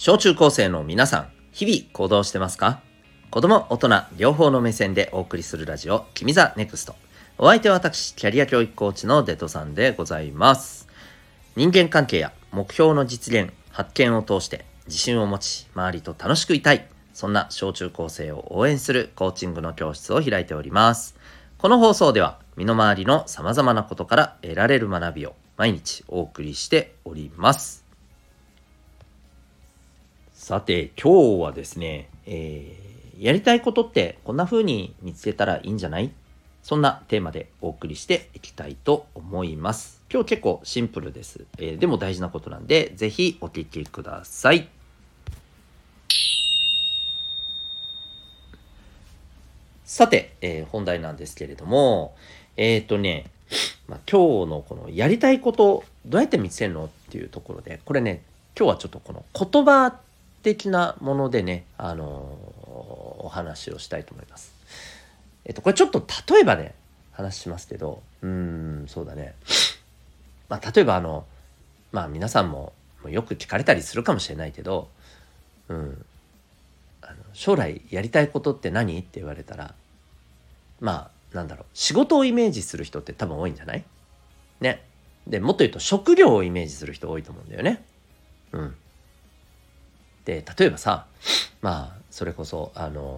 小中高生の皆さん、日々行動してますか？子供、大人、両方の目線でお送りするラジオ、君ザネクスト。お相手は私、キャリア教育コーチのデトさんでございます。人間関係や目標の実現、発見を通して自信を持ち、周りと楽しくいたい。そんな小中高生を応援するコーチングの教室を開いております。この放送では、身の回りの様々なことから得られる学びを毎日お送りしております。さて今日はですね、やりたいことってこんな風に見つけたらいいんじゃない？そんなテーマでお送りしていきたいと思います。今日結構シンプルです。でも大事なことなんで、ぜひお聞きください。さて、本題なんですけれども、今日のこのやりたいことどうやって見つけるのっていうところで、これね、今日はちょっとこの言葉的なものでね、お話をしたいと思います。これちょっと例えばね、話しますけど、そうだね。例えば皆さんもよく聞かれたりするかもしれないけど、将来やりたいことって何って言われたら、仕事をイメージする人って多分多いんじゃないね。でもっと言うと職業をイメージする人多いと思うんだよね。で例えばさ、それこそ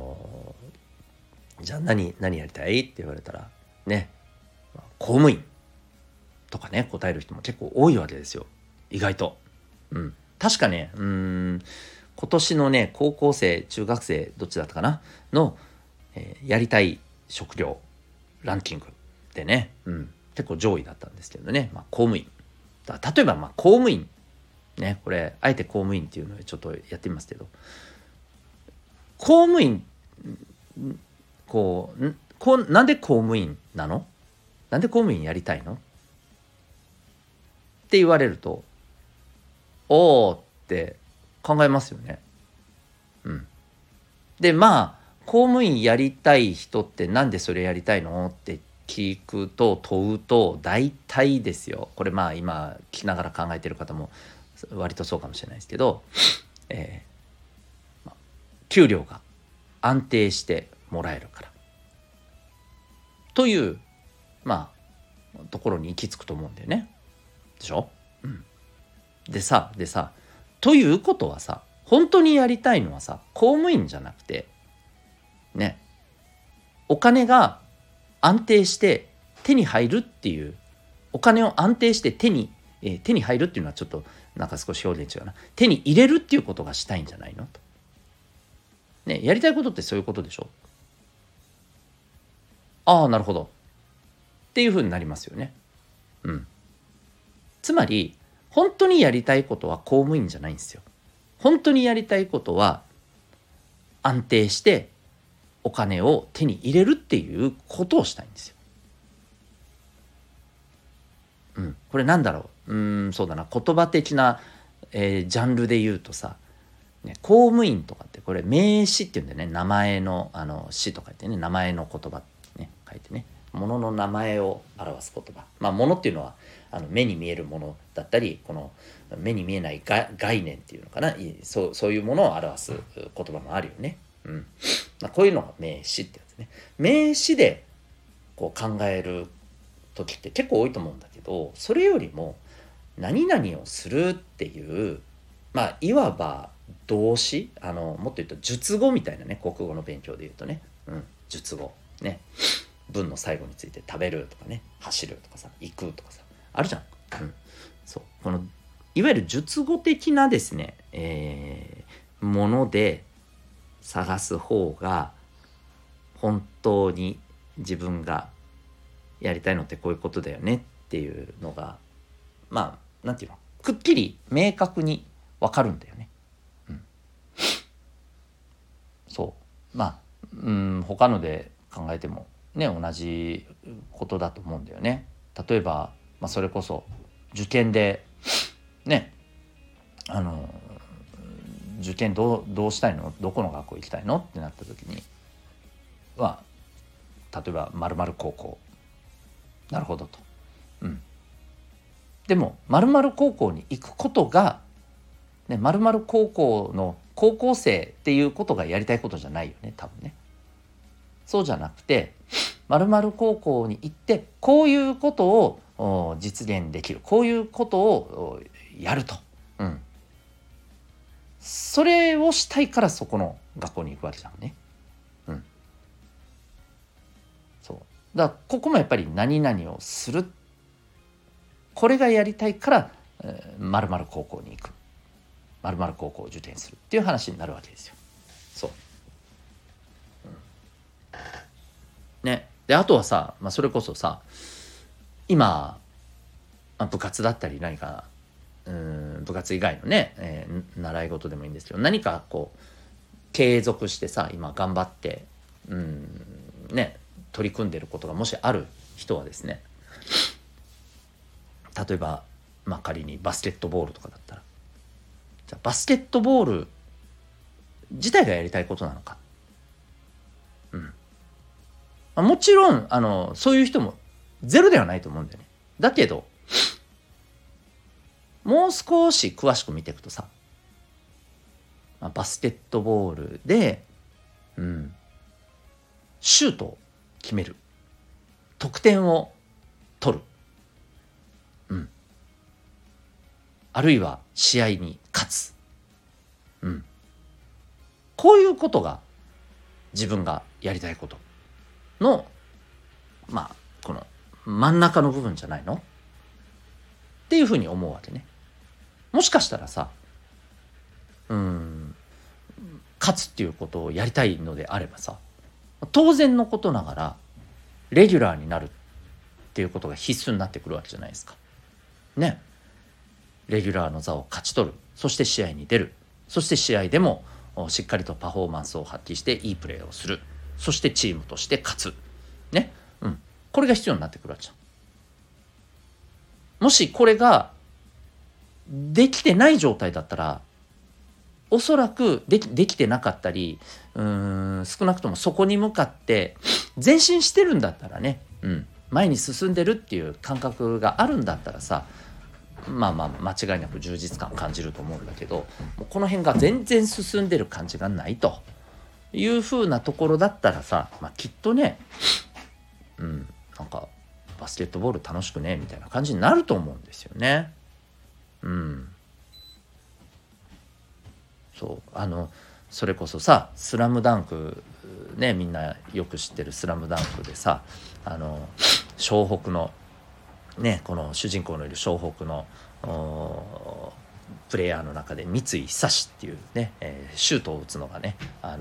じゃあ何やりたいって言われたらね、公務員とかね答える人も結構多いわけですよ、意外と。確かね、今年のね高校生中学生どっちだったかなの、やりたい職業ランキングでね、結構上位だったんですけどね、公務員例えば公務員ね、これあえて公務員っていうのでちょっとやってみますけど、公務員なんで公務員なの？なんで公務員やりたいの？って言われると、おーって考えますよね。で公務員やりたい人ってなんでそれやりたいのって問うと大体ですよ、これ今聞きながら考えてる方も割とそうかもしれないですけど、給料が安定してもらえるからというところに行き着くと思うんだよね。でしょ？でさということはさ、本当にやりたいのはさ、公務員じゃなくてね、お金が安定して手に入るっていう、お金を安定して手に入るっていうのはちょっと少し表現違うな、手に入れるっていうことがしたいんじゃないのと、ね、やりたいことってそういうことでしょ。ああなるほどっていうふうになりますよね。つまり本当にやりたいことは公務員じゃないんですよ。本当にやりたいことは安定してお金を手に入れるっていうことをしたいんですよ。これそうだな、言葉的な、ジャンルで言うとさ、公務員とかってこれ名詞っていうんでね、名前の詞とか言ってね、名前の言葉ってね書いてね、物の名前を表す言葉。物っていうのは目に見えるものだったり、この目に見えない概念っていうのかな、そういうものを表す言葉もあるよね。こういうのが名詞ってやつね。名詞でこう考える時って結構多いと思うんだけど、それよりも何々をするっていういわば動詞、もっと言うと述語みたいなね、国語の勉強で言うとね、述語ね、文の最後について食べるとかね、走るとかさ、行くとかさあるじゃん。そうこのいわゆる述語的なですね、もので探す方が本当に自分がやりたいのってこういうことだよねっていうのがなんていうの、くっきり明確に分かるんだよね。そう他ので考えてもね同じことだと思うんだよね。例えば、それこそ受験でね、受験どうしたいの、どこの学校行きたいのってなった時に例えば〇〇高校、なるほどと。でも〇〇高校に行くことがね、〇〇高校の高校生っていうことがやりたいことじゃないよね、多分ね。そうじゃなくて、〇〇高校に行ってこういうことを実現できる、こういうことをやると、それをしたいからそこの学校に行くわけじゃんね。そうだからここもやっぱり何々をする、これがやりたいから〇〇高校に行く、〇〇高校を受験するっていう話になるわけですよ。そう、ね。であとはさ、それこそさ、今、部活だったり何か部活以外のね、習い事でもいいんですけど、何かこう継続してさ今頑張ってね取り組んでることがもしある人はですね、例えば仮にバスケットボールとかだったら、じゃあバスケットボール自体がやりたいことなのか、もちろんそういう人もゼロではないと思うんだよね。だけどもう少し詳しく見ていくとさ、バスケットボールで、シュートを決める、得点を取る、あるいは試合に勝つ、こういうことが自分がやりたいことのこの真ん中の部分じゃないのっていうふうに思うわけね。もしかしたらさ、勝つっていうことをやりたいのであればさ、当然のことながらレギュラーになるっていうことが必須になってくるわけじゃないですかね。レギュラーの座を勝ち取る、そして試合に出る、そして試合でもしっかりとパフォーマンスを発揮していいプレーをする、そしてチームとして勝つね、これが必要になってくるわけじゃん。もしこれができてない状態だったら、おそらくできてなかったり、少なくともそこに向かって前進してるんだったらね、前に進んでるっていう感覚があるんだったらさ、間違いなく充実感感じると思うんだけど、この辺が全然進んでる感じがないという風なところだったらさ、きっとね、なんかバスケットボール楽しくねみたいな感じになると思うんですよね。そうそれこそさ、スラムダンクね、みんなよく知ってるスラムダンクでさ、湘北のね、この主人公のいる湘北のプレイヤーの中で三井久志っていうね、シュートを打つのがね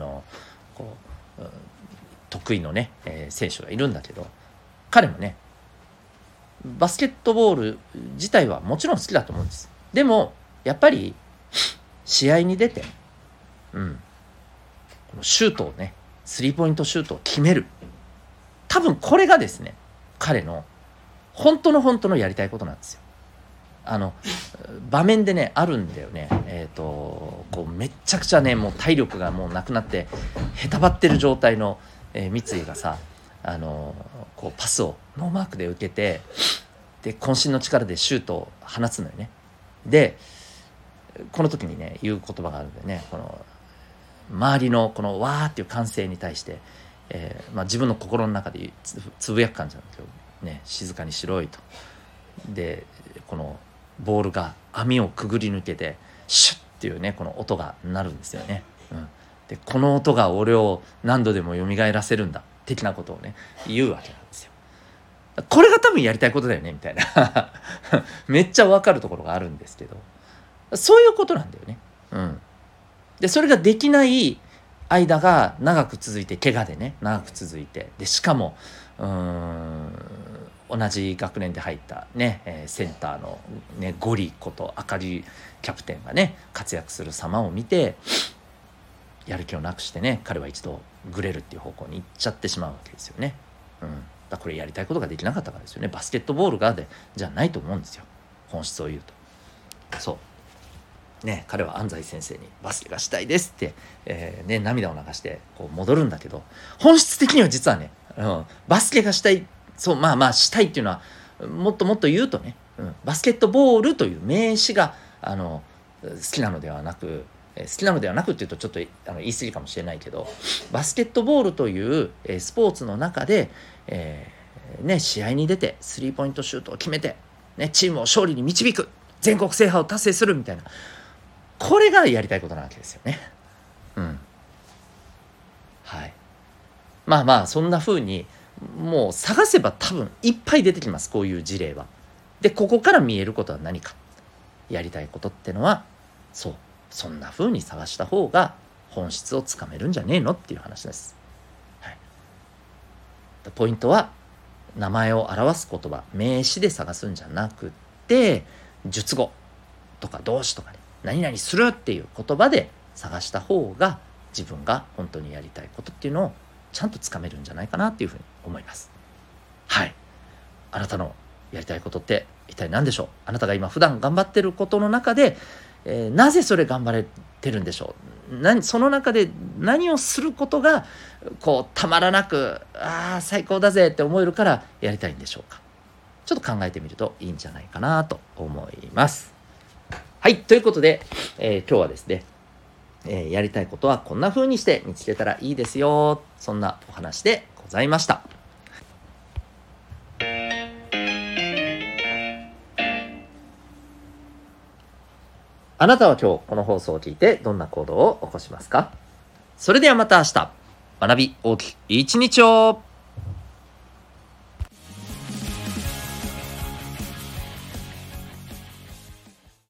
得意のね、選手がいるんだけど、彼もねバスケットボール自体はもちろん好きだと思うんです。でもやっぱり試合に出て、このシュートをね、スリーポイントシュートを決める、多分これがですね彼の本当のやりたいことなんですよ。場面でねあるんだよね。こうめっちゃくちゃねもう体力がもうなくなってへたばってる状態の、三井がさ、こうパスをノーマークで受けて、で渾身の力でシュートを放つのよね。でこの時にね言う言葉があるんだよね。この周りのこのわーっていう歓声に対して、自分の心の中でつぶやく感じなんだけどね、静かにしろいと。でこのボールが網をくぐり抜けてシュッっていうねこの音が鳴るんですよね。でこの音が俺を何度でも蘇らせるんだ的なことをね言うわけなんですよ。これが多分やりたいことだよねみたいなめっちゃ分かるところがあるんですけど、そういうことなんだよね。でそれができない間が長く続いて、怪我でね長く続いて、でしかも同じ学年で入ったね、センターの、ね、ゴリことあかりキャプテンがね活躍する様を見てやる気をなくしてね、彼は一度グレるっていう方向に行っちゃってしまうわけですよね。だこれやりたいことができなかったからですよね。バスケットボールがでじゃないと思うんですよ、本質を言うと。そうね、彼は安西先生にバスケがしたいですって、涙を流してこう戻るんだけど、本質的には実はね、バスケがしたい、そうしたいっていうのはもっともっと言うとね、バスケットボールという名詞がきなのではなく、好きなのではなくっていうとちょっと言い過ぎかもしれないけど、バスケットボールというスポーツの中で、試合に出てスリーポイントシュートを決めて、チームを勝利に導く、全国制覇を達成するみたいな、これがやりたいことなわけですよね。はい。まあまあそんな風にもう探せば多分いっぱい出てきます、こういう事例は。でここから見えることは何か、やりたいことってのは、そんな風に探した方が本質をつかめるんじゃねえのっていう話です。はい、ポイントは名前を表す言葉、名詞で探すんじゃなくて、述語とか動詞とかで、何々するっていう言葉で探した方が自分が本当にやりたいことっていうのをちゃんとつかめるんじゃないかなっていうふうに思います。はい。あなたのやりたいことって一体何でしょう。あなたが今普段頑張ってることの中で、なぜそれ頑張れてるんでしょう。その中で何をすることがたまらなく最高だぜって思えるからやりたいんでしょうか。ちょっと考えてみるといいんじゃないかなと思います。はい、ということで、今日はですね、やりたいことはこんな風にして見つけたらいいですよ、そんなお話でございました。あなたは今日この放送を聞いてどんな行動を起こしますか？それではまた明日、学び大きい一日を。